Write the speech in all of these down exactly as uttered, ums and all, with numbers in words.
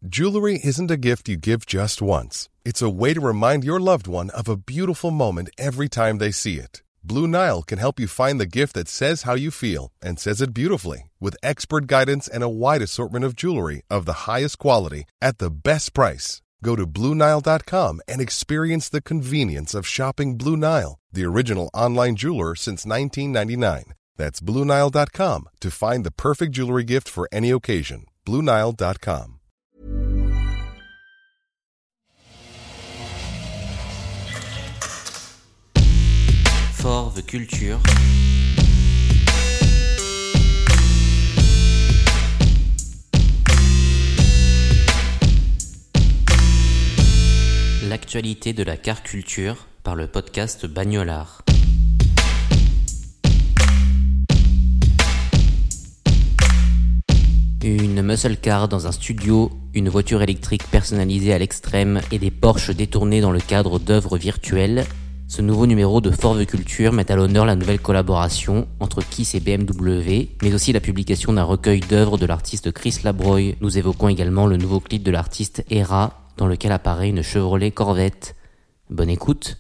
Jewelry isn't a gift you give just once. It's a way to remind your loved one of a beautiful moment every time they see it. Blue Nile can help you find the gift that says how you feel and says it beautifully, with expert guidance and a wide assortment of jewelry of the highest quality at the best price. Go to Blue Nile dot com and experience the convenience of shopping Blue Nile, the original online jeweler since nineteen ninety-nine. That's Blue Nile dot com to find the perfect jewelry gift for any occasion. Blue Nile dot com. Forve Culture. L'actualité de la car culture par le podcast Bagnolard. Une muscle car dans un studio, une voiture électrique personnalisée à l'extrême et des Porsche détournés dans le cadre d'œuvres virtuelles. Ce nouveau numéro de Forve Culture met à l'honneur la nouvelle collaboration entre Kiss et B M W, mais aussi la publication d'un recueil d'œuvres de l'artiste Chris Labroye. Nous évoquons également le nouveau clip de l'artiste Hera, dans lequel apparaît une Chevrolet Corvette. Bonne écoute.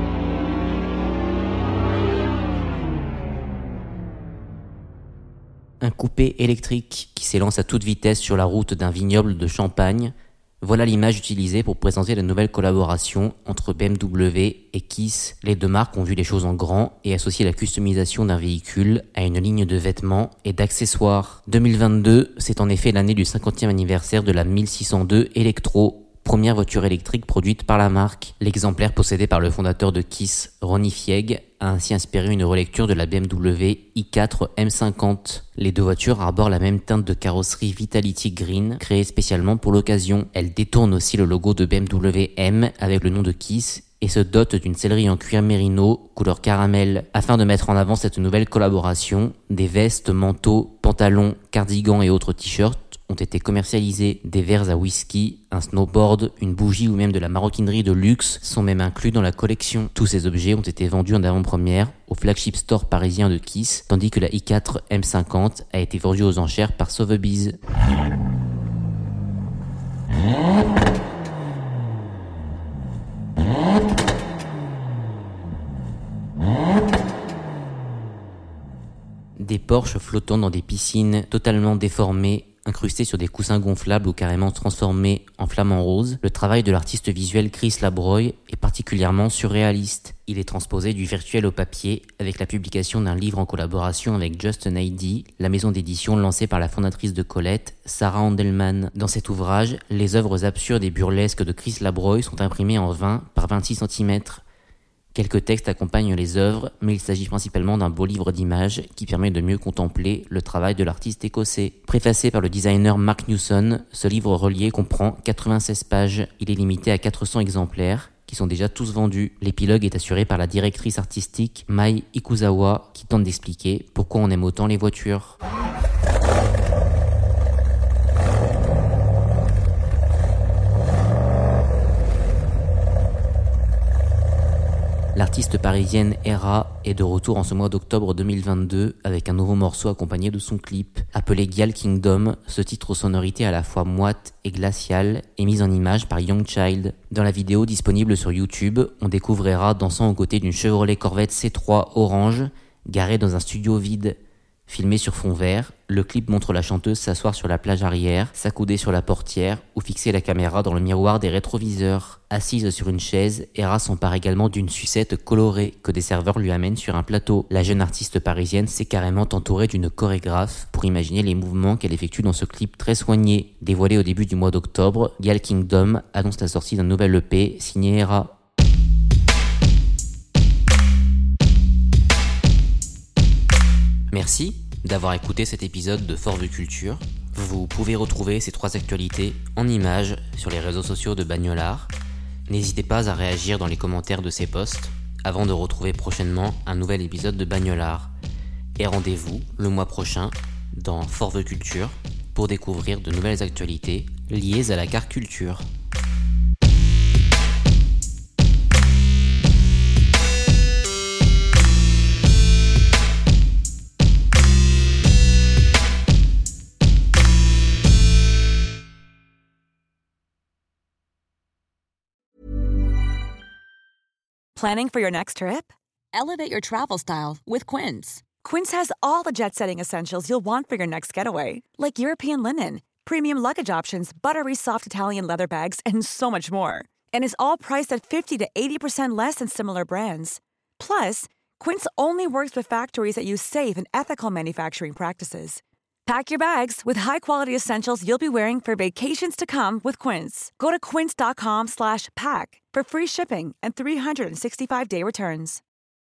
Un coupé électrique qui s'élance à toute vitesse sur la route d'un vignoble de Champagne. Voilà l'image utilisée pour présenter la nouvelle collaboration entre B M W et Kiss. Les deux marques ont vu les choses en grand et associé la customisation d'un véhicule à une ligne de vêtements et d'accessoires. deux mille vingt-deux, c'est en effet l'année du cinquantième anniversaire de la mille six cent deux Electro, première voiture électrique produite par la marque. L'exemplaire possédé par le fondateur de Kiss, Ronnie Fieg, a ainsi inspiré une relecture de la B M W i quatre M cinquante. Les deux voitures arborent la même teinte de carrosserie Vitality Green, créée spécialement pour l'occasion. Elles détournent aussi le logo de B M W M avec le nom de Kiss et se dotent d'une sellerie en cuir mérino, couleur caramel. Afin de mettre en avant cette nouvelle collaboration, des vestes, manteaux, pantalons, cardigans et autres t-shirts ont été commercialisés. Des verres à whisky, un snowboard, une bougie ou même de la maroquinerie de luxe sont même inclus dans la collection. Tous ces objets ont été vendus en avant-première au flagship store parisien de Kiss, tandis que la i quatre M cinquante a été vendue aux enchères par Sotheby's. Des Porsche flottant dans des piscines totalement déformées, incrustés sur des coussins gonflables ou carrément transformés en flamants roses, le travail de l'artiste visuel Chris Labroye est particulièrement surréaliste. Il est transposé du virtuel au papier avec la publication d'un livre en collaboration avec Just an I D, la maison d'édition lancée par la fondatrice de Colette, Sarah Handelman. Dans cet ouvrage, les œuvres absurdes et burlesques de Chris Labroye sont imprimées en vingt par vingt-six centimètres. Quelques textes accompagnent les œuvres, mais il s'agit principalement d'un beau livre d'images qui permet de mieux contempler le travail de l'artiste écossais. Préfacé par le designer Mark Newson, ce livre relié comprend quatre-vingt-seize pages. Il est limité à quatre cents exemplaires, qui sont déjà tous vendus. L'épilogue est assuré par la directrice artistique Mai Ikuzawa, qui tente d'expliquer pourquoi on aime autant les voitures. L'artiste parisienne Hera est de retour en ce mois d'octobre deux mille vingt-deux avec un nouveau morceau accompagné de son clip. Appelé Gyal Kingdom, ce titre aux sonorités à la fois moites et glaciales est mis en image par Young Child. Dans la vidéo disponible sur YouTube, on découvre Hera dansant aux côtés d'une Chevrolet Corvette C trois orange garée dans un studio vide. Filmé sur fond vert, le clip montre la chanteuse s'asseoir sur la plage arrière, s'accouder sur la portière ou fixer la caméra dans le miroir des rétroviseurs. Assise sur une chaise, Hera s'empare également d'une sucette colorée que des serveurs lui amènent sur un plateau. La jeune artiste parisienne s'est carrément entourée d'une chorégraphe pour imaginer les mouvements qu'elle effectue dans ce clip très soigné. Dévoilé au début du mois d'octobre, Gyal Kingdom annonce la sortie d'un nouvel E P signé Hera. Merci d'avoir écouté cet épisode de Forve Culture. Vous pouvez retrouver ces trois actualités en images sur les réseaux sociaux de Bagnolard. N'hésitez pas à réagir dans les commentaires de ces posts avant de retrouver prochainement un nouvel épisode de Bagnolard. Et rendez-vous le mois prochain dans Forve Culture pour découvrir de nouvelles actualités liées à la car culture. Planning for your next trip? Elevate your travel style with Quince. Quince has all the jet-setting essentials you'll want for your next getaway, like European linen, premium luggage options, buttery soft Italian leather bags, and so much more. And is all priced at fifty to eighty percent less than similar brands. Plus, Quince only works with factories that use safe and ethical manufacturing practices. Pack your bags with high-quality essentials you'll be wearing for vacations to come with Quince. Go to quince.com slash pack for free shipping and three sixty-five day returns.